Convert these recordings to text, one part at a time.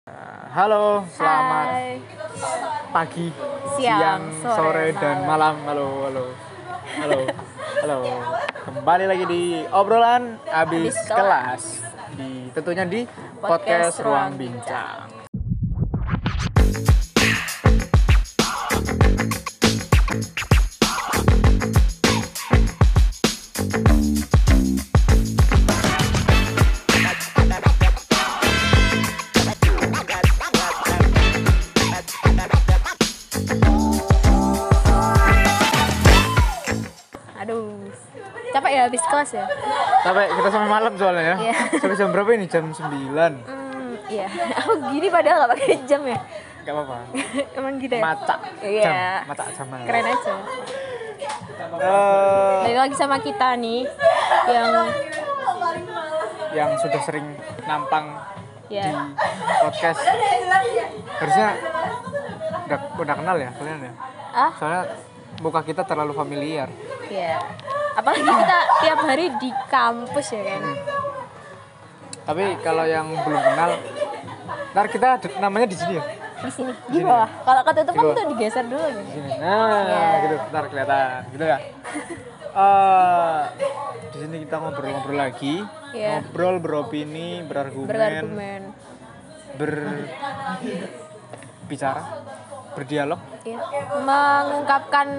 Halo, selamat Hai. pagi, Siang, sore, dan malam. Halo, halo, halo, halo. Kembali lagi di obrolan abis Abis kelas. Tentunya di podcast Ruang Bincang. Aduh, capek ya habis kelas ya? Sampai kita sampai malam soalnya ya. Iya. Sampai jam berapa ini? Jam 9. Iya. Aku gini padahal nggak pakai jam ya. Gak apa-apa. Emang gitu ya? Maca. Iya. Jam. Maca sama. Keren aja. Eh, Balik lagi sama kita nih yang sudah sering nampang ya di podcast. Harusnya udah kenal ya kalian ya. Soalnya muka kita terlalu familiar. ya. Apalagi kita tiap hari di kampus ya kan. Tapi kalau yang belum kenal, ntar kita namanya di sini ya. Di sini, Di di sini bawah. Kalau ketutupan Di bawah. tuh digeser dulu kan. Di sini. Nah, Iya. gitu. Ntar kelihatan, gitu ya. Di sini kita ngobrol-ngobrol lagi, Iya. ngobrol, beropini, berargumen, Berargumen. berbicara, berdialog, Ya. Mengungkapkan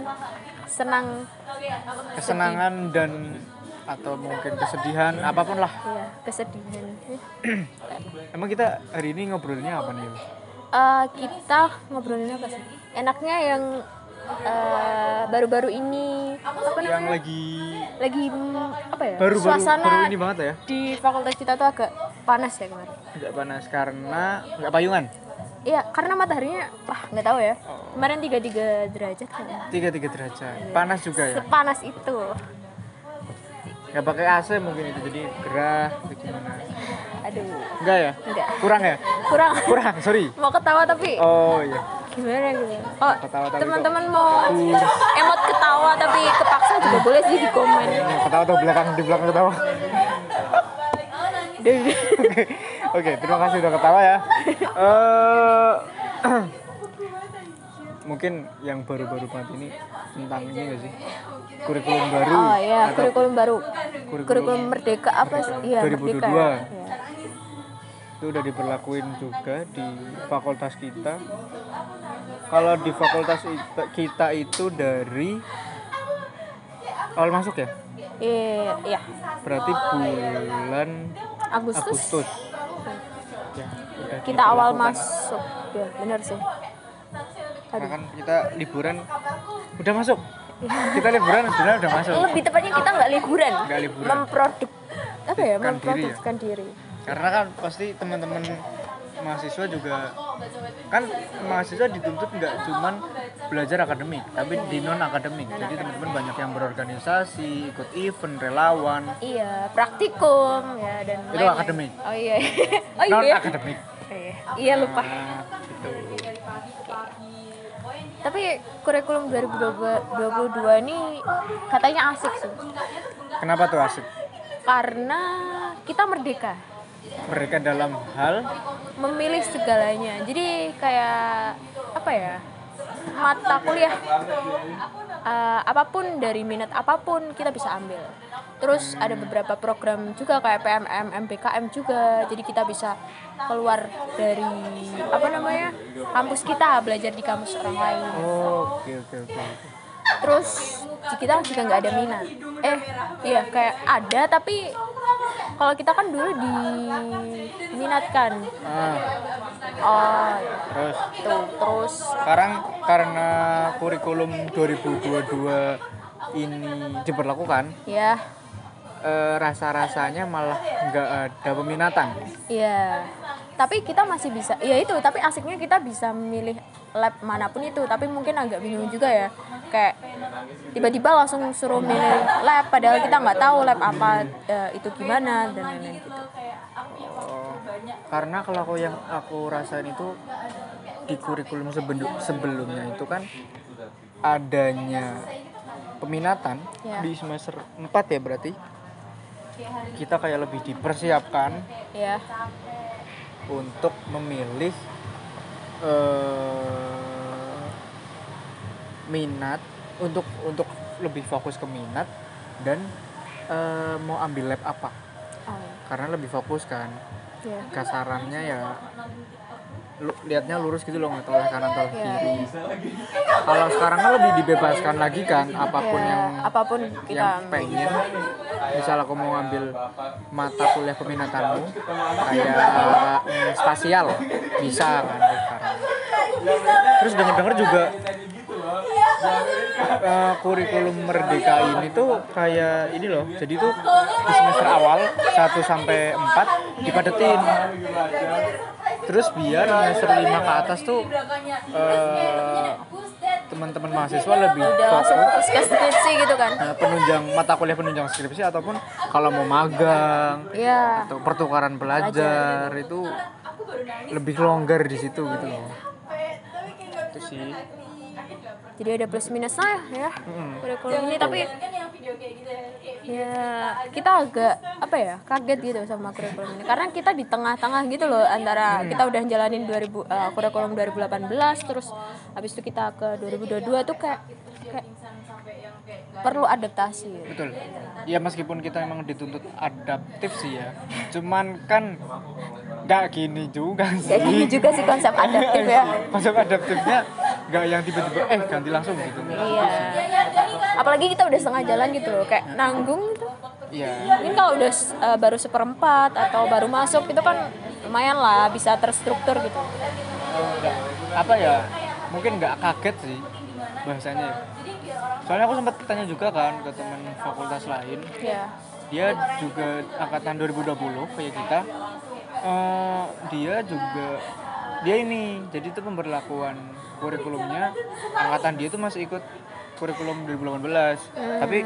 kesenangan dan atau mungkin kesedihan, apapun lah. Iya, kesedihan. Emang kita hari ini ngobrolnya apa nih? Kita ngobrolin apa sih? Enaknya yang baru-baru ini apa Yang namanya? lagi Apa ya? baru Suasana ini banget ya. di fakultas kita tuh agak panas ya kemarin. Nggak panas karena nggak payungan. Iya, karena mataharinya nggak tahu ya. Oh. Kemarin 33 derajat kan. 33 derajat. Panas juga ya. Sepanas itu. Nggak pakai AC mungkin itu jadi gerah atau gimana. Aduh, Enggak ya? enggak. Kurang ya? Kurang. Kurang, sorry. Mau ketawa tapi Oh iya. gimana gitu. Oh, Ketawa tapi teman-teman mau emot ketawa tapi kepaksa juga boleh sih di komen. Ketawa tuh di belakang ketawa. Oke, terima kasih udah ketawa ya. Mungkin yang baru-baru banget ini tentang ini nggak sih? Kurikulum baru. Oh iya, atau kurikulum baru. kurikulum Kurikulum Merdeka apa sih? Iya, 2022. Merdeka. Ya. Iya. Itu udah diberlakuin juga di fakultas kita. Kalau di fakultas kita itu dari awal masuk ya? Iya, Berarti bulan Agustus. Ya, udah Kita awal diberlakukan. masuk. Ya, benar sih. Karena kan kita liburan udah masuk. Kita liburan sebenarnya udah masuk. Lebih tepatnya kita nggak liburan. Nggak liburan. Memprodukkan diri. Karena kan pasti teman-teman mahasiswa juga kan mahasiswa dituntut nggak cuman belajar akademik, tapi di non akademik. Jadi teman-teman banyak yang berorganisasi, ikut event, relawan. Iya, praktikum ya dan Itu lain-lain. akademik. Oh iya. Oh Non iya. akademik. Iya lupa. Nah, gitu. Tapi kurikulum 2022 ini katanya asik sih. Kenapa tuh asik? Karena kita merdeka Mereka dalam hal memilih segalanya. Jadi kayak apa ya? Mata kuliah apapun dari minat apapun kita bisa ambil. Terus ada beberapa program juga kayak PMM, MBKM juga. Jadi kita bisa keluar dari kampus kita, belajar di kampus orang lain. Oke. Terus kita juga nggak ada minat. Iya kayak ada tapi kalau kita kan dulu diminatkan. Terus Sekarang karena kurikulum 2022 ini diberlakukan, ya rasa-rasanya malah nggak ada peminatan. iya. Tapi kita masih bisa. Ya itu, tapi asiknya kita bisa memilih lab manapun itu, tapi mungkin agak bingung juga ya. Kayak tiba-tiba langsung suruh milih lab padahal kita nggak tahu lab apa itu gimana dan lain-lain gitu. Karena kalau yang aku rasain itu di kurikulum sebelumnya itu kan adanya peminatan Ya. di semester 4 ya berarti kita kayak lebih dipersiapkan Ya. untuk memilih minat, untuk lebih fokus ke minat dan mau ambil lab apa, karena lebih fokus kan. Kasarannya ya lihatnya lurus gitu loh, nggak toleh kanan toleh kiri. Kalau sekarang kan lebih dibebaskan lagi kan, apapun yang pengen. Misal aku mau ngambil mata kuliah peminatanmu kayak spasial bisa kan sekarang. Terus dengar juga kurikulum Merdeka ini tuh kayak ini loh. Jadi tuh di semester awal 1 sampai 4 dipadetin. Terus biar semester 5 ke atas tuh teman-teman mahasiswa lebih fokus ke skripsi gitu kan. Penunjang mata kuliah penunjang skripsi, ataupun kalau mau magang atau pertukaran pelajar itu lebih longgar di situ gitu loh. Itu sih. Jadi ada plus minusnya ya kurikulum ini, tapi ya kita agak kaget gitu sama kurikulum ini, karena kita di tengah-tengah gitu loh, antara kita udah jalanin kurikulum 2018 terus habis itu kita ke 2022 tuh kayak perlu adaptasi. Betul. Ya meskipun kita emang dituntut adaptif sih ya, cuman kan nggak gini juga sih. Gak gini juga sih konsep adaptif ya. Konsep adaptifnya nggak yang tiba-tiba ganti langsung gitu. Iya. Apalagi kita udah setengah jalan gitu loh, kayak nanggung gitu. Iya. Mungkin kalau udah baru 1/4 atau baru masuk itu kan lumayan lah, bisa terstruktur gitu. Apa ya? Mungkin nggak kaget sih bahasanya. Soalnya aku sempat tanya juga kan ke teman fakultas lain. Iya. Dia juga angkatan 2020 kayak kita. Dia ini jadi itu pemberlakuan kurikulumnya angkatan dia tuh masih ikut kurikulum 2018. Tapi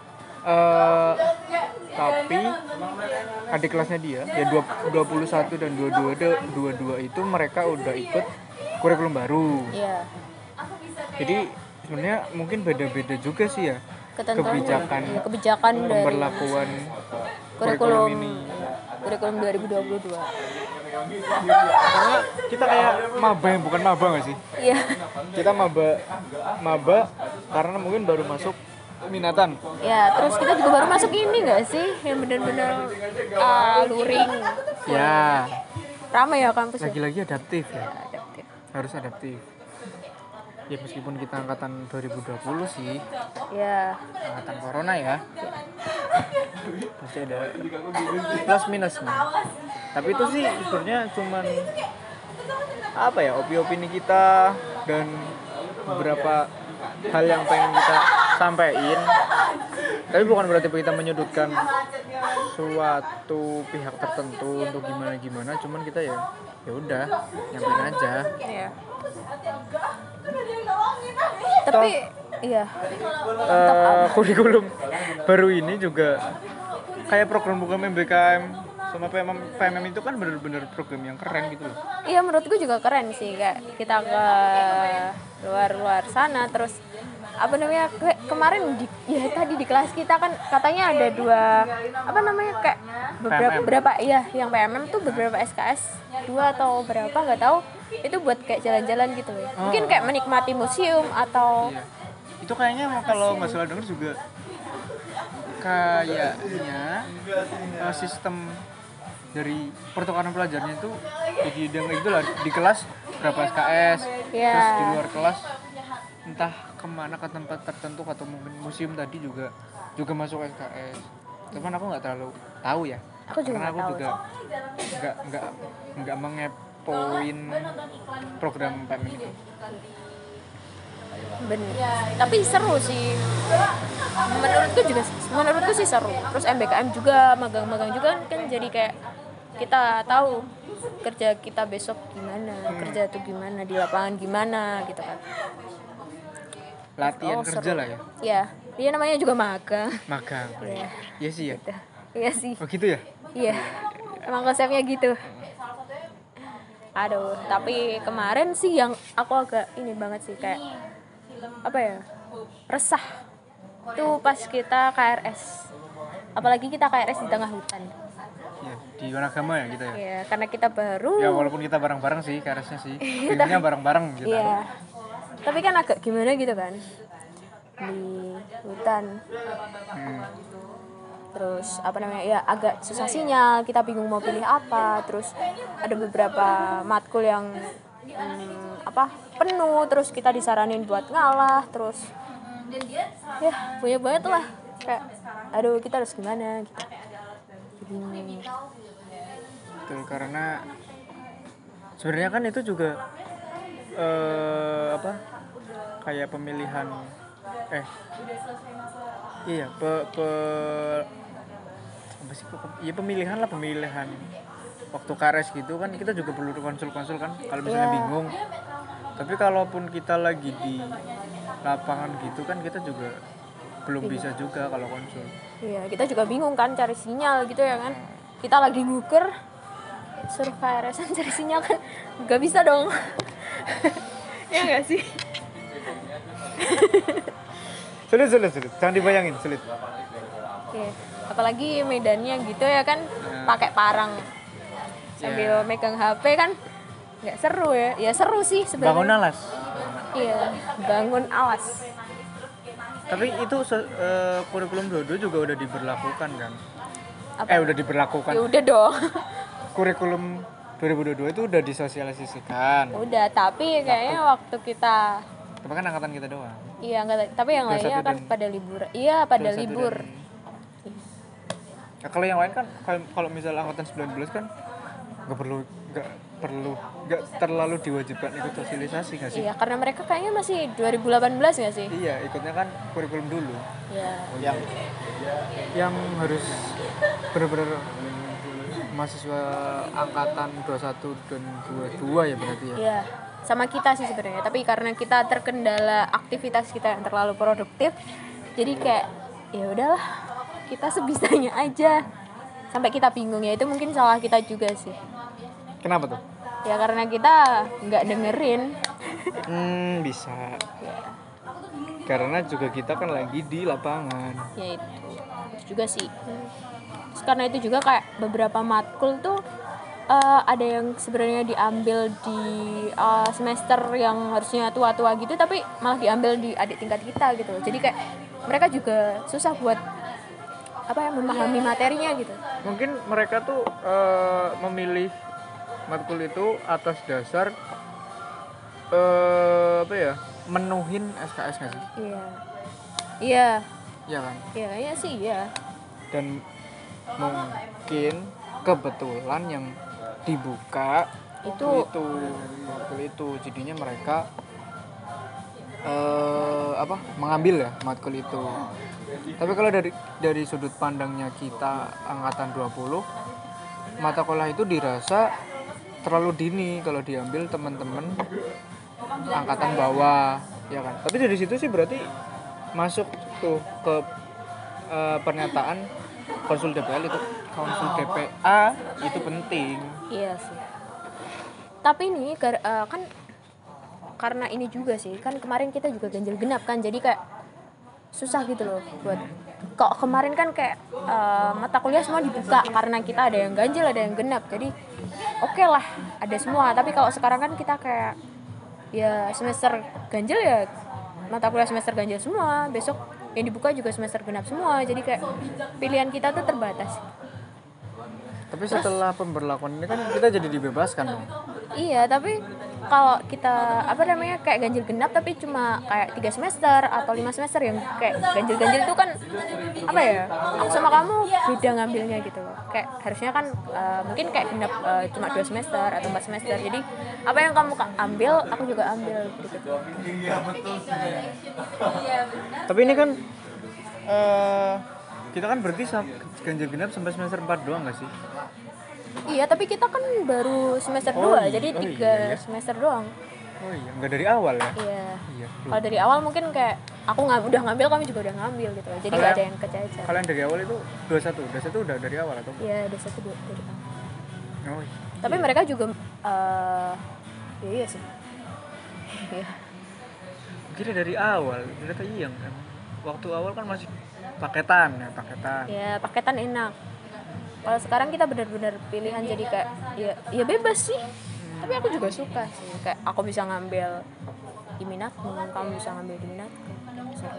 adik kelasnya dia ya 21 dan 22 itu mereka udah ikut kurikulum baru. Iya. Jadi sebenarnya mungkin beda-beda juga sih ya kebijakan pemberlakuan kurikulum ini. Kurikulum 2022. Karena kita kayak maba yang bukan maba nggak sih? Iya. Kita maba karena mungkin baru masuk minatan. Ya, terus kita juga baru masuk ini nggak sih, yang benar-benar luring. Ya. Ramai ya kampus. Lagi-lagi adaptif ya. Adaptif. Harus adaptif. Ya meskipun kita angkatan 2020 sih. Ya. Angkatan corona ya. Pasti ada plus minusnya. Tapi itu sih sebenarnya cuman opini kita dan beberapa hal yang pengen kita sampaikan. Tapi bukan berarti kita menyudutkan suatu pihak tertentu untuk gimana, cuman kita ya udah nyampein aja. Iya. Tapi iya. Kurikulum baru ini juga kayak program MBKM sama PMM itu kan benar-benar program yang keren gitu loh. Iya, menurut gue juga keren sih, kayak kita ke luar sana, terus kemarin tadi di kelas kita kan katanya ada beberapa yang PMM tuh beberapa SKS 2 atau berapa nggak tahu, itu buat kayak jalan-jalan gitu loh. Mungkin kayak menikmati museum atau itu kayaknya kalau nggak salah denger juga kayaknya sistem dari pertukaran pelajarnya itu jadi gitu lah, di kelas berapa SKS, terus di luar kelas entah kemana ke tempat tertentu atau mungkin museum tadi juga masuk SKS. Cuman aku nggak terlalu tahu ya. Karena aku juga nggak mengepoin program PMM itu. Bener. Tapi seru sih. Menurutku sih seru. Terus MBKM juga, magang-magang juga kan jadi kayak kita tahu kerja kita besok gimana, kerja tuh gimana, di lapangan gimana gitu kan. Latihan kerja seru lah ya. Iya, dia namanya juga magang. Iya. Iya sih ya. Gitu. Iya sih. Oh gitu ya? Iya. Emang konsepnya gitu. Aduh, tapi kemarin sih yang aku agak ini banget sih, kayak resah tuh pas kita KRS. Apalagi kita KRS di tengah hutan. Iya. di Wanagama ya kita ya. Iya, karena kita baru. Ya walaupun kita bareng-bareng sih KRS-nya sih. Pintunya bareng-bareng gitu. Iya. Tapi kan agak gimana gitu kan. Di hutan. Terus apa namanya? Ya agak susah sinyal, kita bingung mau pilih apa. Terus ada beberapa matkul yang penuh, terus kita disaranin buat ngalah, terus ya banyak banget lah. Kayak aduh kita harus gimana gitu. Begini. Betul, karena sebenarnya kan itu juga kayak pemilihan pemilihan waktu KRS gitu kan kita juga perlu konsul-konsul kan kalau misalnya bingung. Tapi kalaupun kita lagi di lapangan gitu kan kita juga belum bisa juga kalau konsul. Iya, kita juga bingung kan cari sinyal gitu ya kan. Kita lagi nguker suruh KRS-an cari sinyal kan nggak bisa dong. Ya nggak sih? Sulit. Jangan dibayangin, sulit. Oke. Apalagi medannya gitu ya kan, pakai parang sambil megang HP kan nggak seru ya. Ya seru sih sebenarnya. Bangun alas. Iya, bangun alas. Tapi itu kurikulum 22 juga udah diberlakukan kan? Apa? Udah diberlakukan. Ya udah dong. Kurikulum 2022 itu udah disosialisasikan. Udah, tapi kayaknya waktu kita Tapi kan angkatan kita doang. iya enggak, tapi yang lainnya kan pada libur. Iya, pada libur. Nah, kalau yang lain kan kalau misalnya angkatan 19 kan nggak terlalu diwajibkan ikut sosialisasi nggak sih? Iya, karena mereka kayaknya masih 2018 nggak sih? Iya, ikutnya kan kurikulum dulu. Iya. Yang harus benar-benar mahasiswa angkatan 21 dan 22 ya berarti ya. Iya. Sama kita sih sebenarnya, tapi karena kita terkendala aktivitas kita yang terlalu produktif, jadi kayak ya udahlah, kita sebisanya aja. Sampai kita bingung, ya itu mungkin salah kita juga sih. Kenapa tuh? Ya karena kita nggak dengerin. Bisa. Ya. Karena juga kita kan lagi di lapangan. Ya itu juga sih. Terus karena itu juga kayak beberapa matkul tuh ada yang sebenarnya diambil di semester yang harusnya tua-tua gitu, tapi malah diambil di adik tingkat kita gitu. Jadi kayak mereka juga susah buat memahami materinya gitu. Mungkin mereka tuh memilih matkul itu atas dasar menuhin SKS nggak sih? Iya kan? Iya kayaknya sih ya. Dan mungkin kebetulan yang dibuka itu jadinya mereka mengambil ya matkul itu. Tapi kalau dari sudut pandangnya kita angkatan 20, mata kuliah itu dirasa terlalu dini kalau diambil teman-teman angkatan bawah, ya kan. Tapi dari situ sih berarti masuk tuh ke pernyataan konsul DPA itu penting. Iya sih. Tapi nih kan karena ini juga sih, kan kemarin kita juga ganjil genap kan, jadi kayak susah gitu loh buat. Kok kemarin kan kayak mata kuliah semua dibuka karena kita ada yang ganjil ada yang genap, jadi oke lah ada semua. Tapi kalau sekarang kan kita kayak ya semester ganjil ya mata kuliah semester ganjil semua, besok yang dibuka juga semester genap semua, jadi kayak pilihan kita tuh terbatas. Tapi setelah pemberlakuan ini kan kita jadi dibebaskan dong. Iya, tapi kalau kita kayak ganjil genap tapi cuma kayak 3 semester atau 5 semester, yang kayak ganjil-ganjil itu kan aku sama kamu beda ngambilnya gitu loh. Kayak harusnya kan mungkin kayak genap cuma 2 semester atau 4 semester. Jadi apa yang kamu ambil aku juga ambil gitu. Tapi ini kan kita kan berarti ganjil genap sampai semester 4 doang gak sih? Iya, tapi kita kan baru semester 2, jadi 3 semester doang. Oh iya, nggak dari awal ya? Iya. Kalau dari awal mungkin kayak aku udah ngambil, kamu juga udah ngambil gitu. Jadi nggak ada yang kececer. Kalau yang dari awal itu 21 udah dari awal atau? Iya, 21 dari awal. Oh iya. Tapi mereka juga iya sih. Iya. Kira dari awal, ternyata iya kan. Waktu awal kan masih paketan. Ya, paketan enak. Kalau sekarang kita benar-benar pilihan jadi kayak ya bebas sih. Tapi aku juga suka sih, kayak aku bisa ngambil di minatmu, kamu bisa ngambil di minatku. Seru.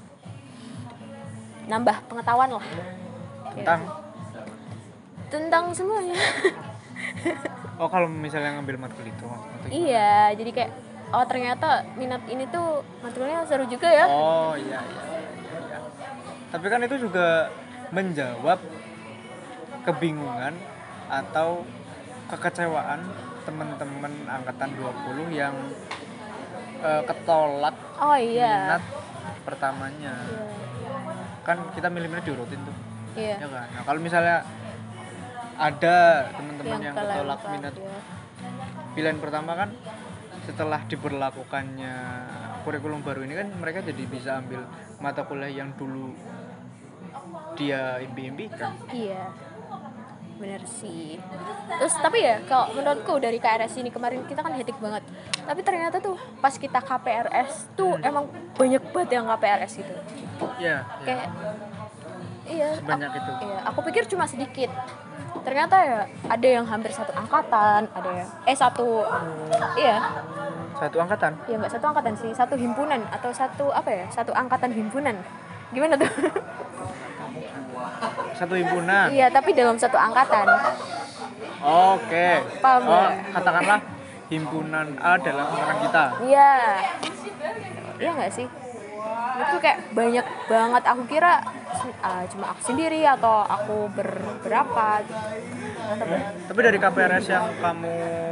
Nambah pengetahuan lah Tentang tentang semuanya. oh kalau misalnya ngambil matkul itu maksudnya. Iya, jadi kayak oh ternyata minat ini tuh matkulnya seru juga ya. Oh iya. Tapi kan itu juga menjawab kebingungan atau kekecewaan teman-teman angkatan 20 yang ketolak Oh iya. minat pertamanya. Kan kita milih-milih diurutin tuh. Iya. Ya kan. Nah, kalau misalnya ada teman-teman yang ketolak kelewatan, minat ya. pilihan pertama kan setelah diberlakukannya kurikulum baru ini kan mereka jadi bisa ambil mata kuliah yang dulu dia impi-impikan. Iya, bener sih. Terus tapi ya kalau menurutku dari KRS ini kemarin kita kan hektik banget. Tapi ternyata tuh pas kita KPRS tuh emang banyak banget yang KPRS gitu. Iya. Kayak iya. Sebanyak itu. Iya, aku pikir cuma sedikit. Ternyata ya ada yang hampir satu angkatan, ada yang iya. Satu angkatan. Ya nggak satu angkatan sih, satu himpunan atau satu apa ya? Satu angkatan himpunan. Gimana tuh? Satu himpunan. Iya, tapi dalam satu angkatan. Oke. Paham Oh, nggak? katakanlah himpunan A dalam angkatan kita. Iya. Iya nggak sih? Itu kayak banyak banget. Aku kira cuma aku sendiri atau aku berberapa gitu. Tapi dari KPRS yang kamu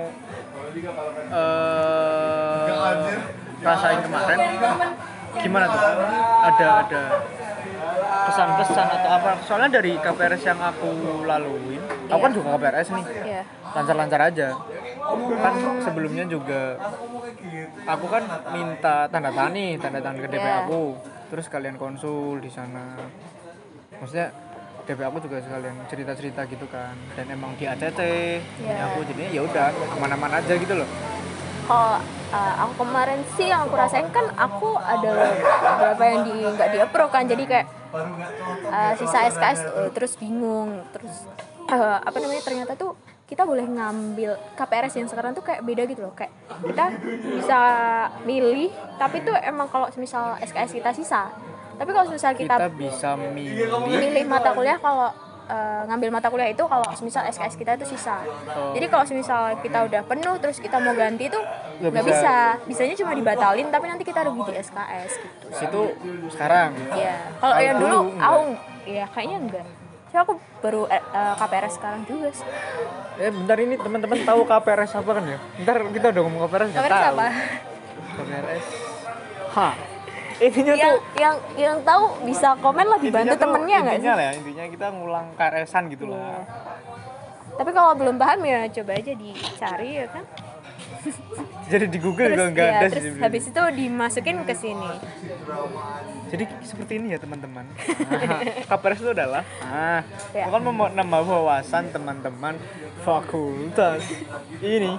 rasain kemarin, gimana tuh? Ada pesan-pesan atau apa? Soalnya dari KPRS yang aku laluin, aku kan juga KPRS nih, Iya. lancar-lancar aja. Kan sebelumnya juga aku kan minta tanda tangan ke DP Iya. aku, terus kalian konsul di sana. Maksudnya DP aku juga sekalian cerita-cerita gitu kan, dan emang di ACC Iya. aku jadinya ya udah aman-aman aja gitu loh. Kalau aku kemarin sih yang aku rasain kan aku ada beberapa yang nggak di approve kan, jadi kayak sisa SKS terus bingung, terus apa namanya, ternyata tuh kita boleh ngambil KPRS yang sekarang tuh kayak beda gitu loh, kayak kita bisa milih, tapi tuh emang kalau misal SKS kita sisa, tapi kalau misal Kita bisa milih. milih mata kuliah, kalau ngambil mata kuliah itu kalau misal SKS kita itu sisa. Jadi kalau misal kita udah penuh terus kita mau ganti tuh nggak bisa. Bisanya cuma dibatalin tapi nanti kita rugi di SKS gitu. Itu sekarang. Iya. Kalau yang dulu aku ya kayaknya enggak. Soalnya aku baru KPRS sekarang juga sih. Bentar, ini teman-teman tahu KPRS apa kan ya? Bentar kita udah ngomong KPRS nggak KPRS tahu. apa? KPRS. Intinya tuh Yang tahu bisa komen lah, dibantu temennya nggak sih? Intinya lah, intinya kita ngulang KRS-an gitu lah. Tapi kalau belum paham ya coba aja dicari ya kan. Jadi di Google juga nggak ada terus sih. habis itu dimasukin ke sini. Jadi seperti ini ya teman-teman. KPRS itu adalah Ya. bukan menambah wawasan teman-teman fakultas ini.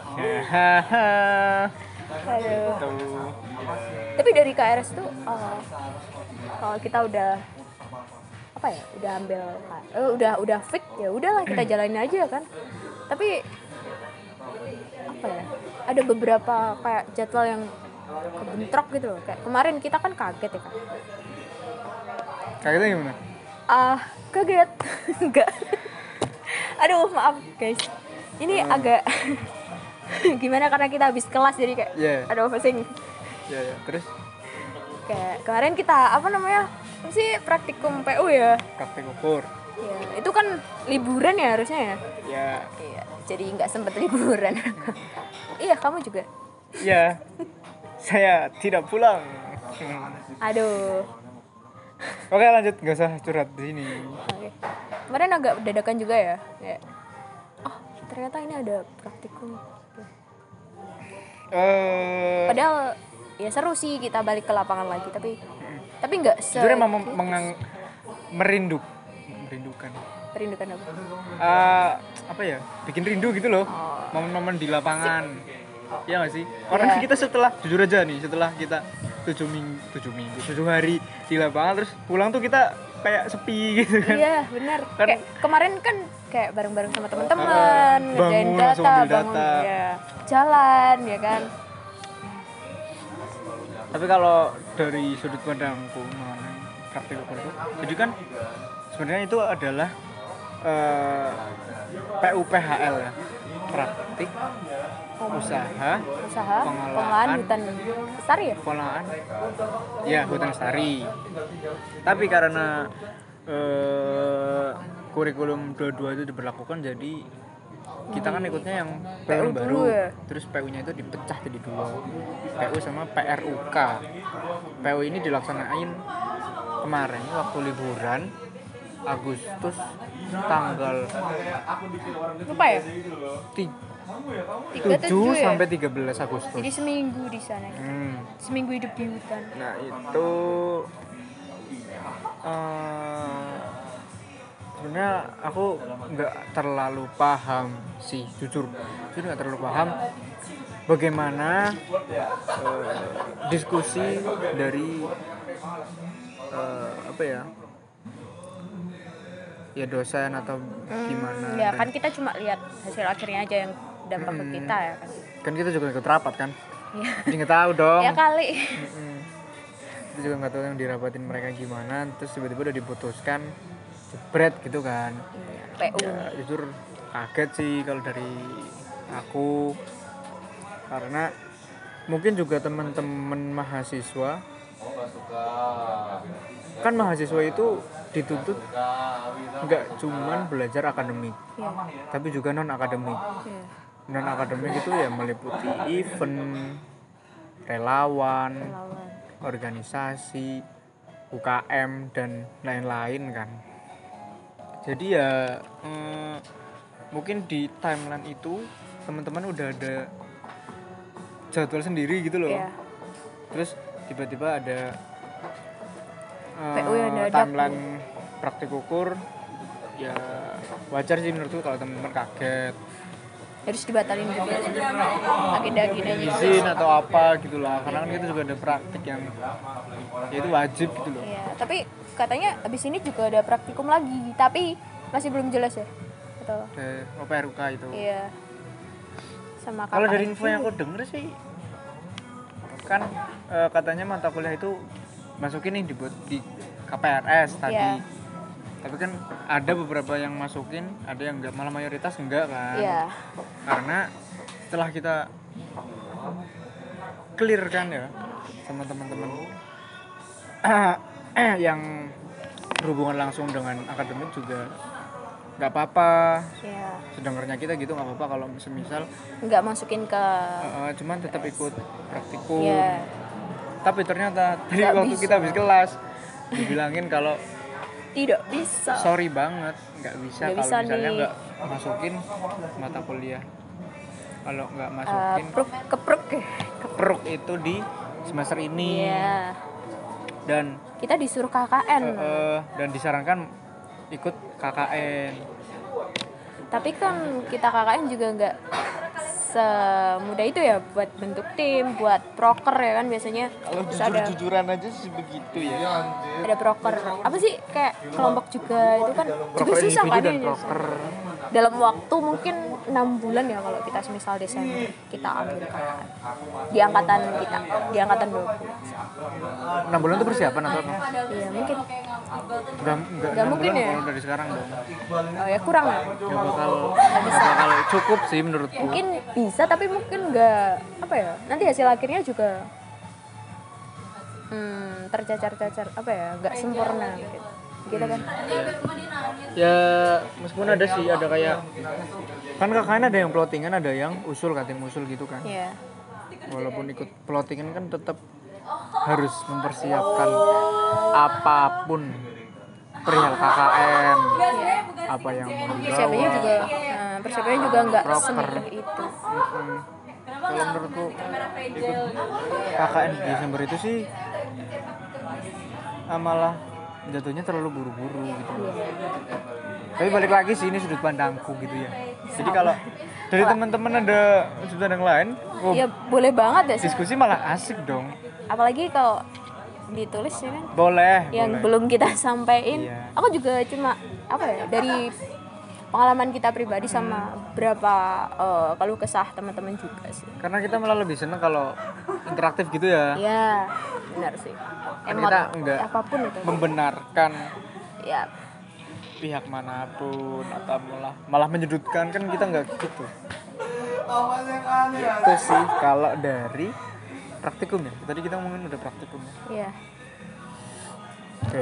Aduh. Tuh. Tapi dari KRS tuh kalau kita udah apa ya, udah ambil udah fix ya udahlah kita jalanin aja kan. Tapi apa ya, ada beberapa kayak jadwal yang kebentrok gitu loh, kayak kemarin kita kan kaget ya kan. Kagetnya gimana? Kaget. Enggak. Aduh maaf guys, ini agak gimana karena kita habis kelas jadi kayak aduh pusing. Ya, terus Kayak kemarin kita apa namanya sih, praktikum PU ya. praktek ukur. Ya, itu kan liburan ya harusnya ya. Ya, Iya, jadi nggak sempet liburan. Iya, kamu juga. ya. Saya tidak pulang. Aduh. Oke, lanjut, nggak usah curhat di sini. Oke. Kemarin agak dadakan juga ya. Kayak, ternyata ini ada praktikum. Padahal ya seru sih kita balik ke lapangan lagi, tapi nggak jujur emang merindukan apa ya, bikin rindu gitu loh, momen-momen di lapangan. Iya nggak sih? Orang kita setelah, jujur aja nih, setelah kita 7 hari di lapangan terus pulang tuh kita kayak sepi gitu kan. Iya benar. Kan- Kayak kemarin kan kayak bareng-bareng sama teman-teman, ngerjain bangun, langsung data, ambil bangun data. ya, jalan ya kan. Tapi kalau dari sudut pandangku mengenai praktik ukur itu, jadi kan sebenarnya itu adalah PUPHL ya, praktik usaha Pengelolaan hutan besar ya. pengelolaan ya hutan lestari. Tapi karena kurikulum 22 itu diberlakukan, jadi kita kan ikutnya yang PU baru, dulu ya? terus PU-nya itu dipecah jadi dua, PU sama PRUK. PU ini dilaksanain kemarin waktu liburan Agustus tanggal Lupa ya? 7 sampai 13 Agustus. Jadi seminggu di sana. Seminggu hidup di hutan. Nah itu sebenarnya aku nggak terlalu paham sih, jujur nggak terlalu paham bagaimana diskusi dari apa ya dosen atau gimana. Ya Dan kan kita cuma lihat hasil akhirnya aja yang dampak ke kita ya kan. kan kita juga ikut rapat kan, Iya. jadi nggak tahu dong. Ya kali. Kita juga nggak tahu yang dirapatin mereka gimana, terus tiba-tiba udah diputuskan jebret gitu kan. PU. Ya, jujur kaget sih kalau dari aku, karena mungkin juga teman-teman mahasiswa kan, mahasiswa itu dituntut nggak cuman belajar akademik, Ya. tapi juga non akademik. Ya. Non akademik itu ya meliputi event, relawan, organisasi, UKM dan lain-lain kan. Jadi ya mungkin di timeline itu teman-teman udah ada jadwal sendiri gitu loh. Ya. Terus tiba-tiba ada PU yang dadak. timeline praktik ukur, ya wajar sih menurutku kalau teman-teman kaget, Harus dibatalin juga agenda-agendanya. izin atau apa gitu lah, karena kan kita juga ada praktik yang ya itu wajib gitu loh. Iya, tapi katanya abis ini juga ada praktikum lagi, tapi masih belum jelas ya. Betul. PRUK itu. Iya. Sama Kalau dari KKN. info yang aku denger sih kan katanya mata kuliah itu masukin nih di KPRS tadi. Iya. Tapi kan ada beberapa yang masukin, ada yang enggak, malah mayoritas enggak kan. Iya. Karena setelah kita clear kan ya sama teman-teman yang berhubungan langsung dengan akademik juga nggak apa-apa. Iya. Sedengarnya kita gitu nggak apa-apa kalau semisal Nggak masukin ke cuman tetap ikut praktikum. Iya. Tapi ternyata tadi Nggak waktu bisa. kita habis kelas dibilangin kalau Tidak bisa. sorry banget nggak bisa Nggak kalau bisa misalnya nih. nggak masukin mata kuliah. Kalau nggak masukin Kepruk ya. kepruk itu di semester ini. Iya. Dan Kita disuruh KKN. dan disarankan ikut KKN. Tapi kan kita KKN juga nggak semudah itu ya buat bentuk tim, buat proker ya kan biasanya. Kalau Terus ada jujur-jujuran aja sih begitu ya. ada proker. Apa sih kayak kelompok juga itu kan juga Proker susah individu kan dan ya. proker. Dalam waktu mungkin 6 bulan ya kalau kita semisal Desember kita ambil KKN. Di angkatan kita, di angkatan 20. 6 bulan itu persiapan atau apa? Iya, mungkin Enggak Nggak mungkin ya? Kalau dari sekarang dong. oh ya kurang ya. Nggak bakal cukup sih menurutku. Mungkin bisa tapi mungkin nggak apa ya. Nanti hasil akhirnya juga tercacar-cacar apa ya, nggak sempurna gitu kan. Ya meskipun ada sih, ada kayak kan KKN ada yang plottingan, ada yang usul, kating usul gitu kan. Iya. Walaupun ikut plottingan kan tetap harus mempersiapkan apapun perihal KKN, apa yang mau Persiapannya dibawa. juga persiapannya juga nggak Proper. semudah itu. Kalau menurutku ikut KKN di Desember itu sih malah jatuhnya terlalu buru-buru gitu. Tapi balik lagi sih, ini sudut pandangku gitu ya. Jadi kalau dari teman-teman ada sudut pandang lain, Ya boleh banget ya sih. diskusi malah asik dong. Apalagi kalau ditulis ya kan. Boleh. Yang boleh. belum kita sampaikan. Iya. Aku juga cuma apa ya dari pengalaman kita pribadi sama beberapa keluh kesah teman-teman juga sih. Karena kita malah lebih seneng kalau interaktif gitu ya. Iya, benar sih. Kan kita enggak apapun itu. membenarkan Ya, pihak manapun atau malah menyudutkan, kan kita nggak gitu. Itu sih kalau dari praktikum ya. Tadi kita ngomongin udah praktikum ya. iya. Oke.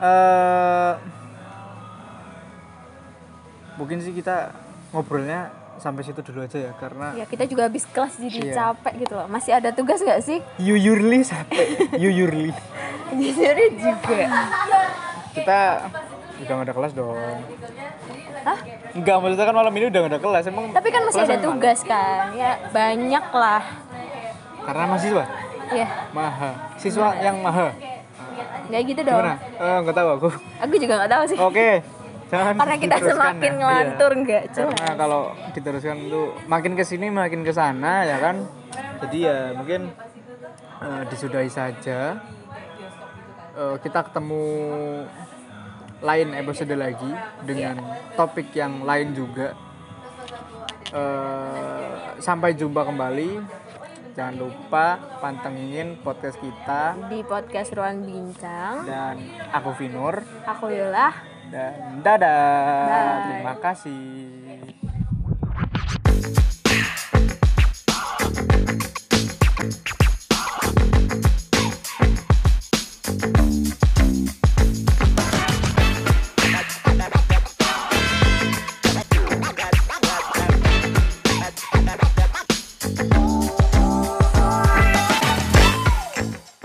Mungkin sih kita ngobrolnya sampai situ dulu aja ya, karena Ya, kita juga habis kelas jadi Iya. capek gitu loh. Masih ada tugas nggak sih? Yuyurli sampai Yuyurli. Jadi juga. Kita udah nggak ada kelas dong. Hah? Enggak, maksudnya kan malam ini udah nggak ada kelas. Emang Tapi kan masih kelas ada sampai malam? tugas kan. Ya, banyak lah. Karena mahasiswa Ya, maha. Siswa yang maha. nggak gitu dong. Gimana? Nggak tahu aku. Aku juga nggak tahu sih. Oke. Jangan Karena kita diteruskan semakin ya. ngelantur Iya. nggak jelas. Karena kalau diteruskan tuh makin kesini makin kesana ya kan. Jadi ya mungkin disudahi saja. Kita ketemu lain episode lagi dengan topik yang lain juga. Sampai jumpa kembali. Jangan lupa pantengin podcast kita. Di podcast Ruang Bincang, Dan aku Vinur. aku Yola. Dan dadah. Bye. Terima kasih.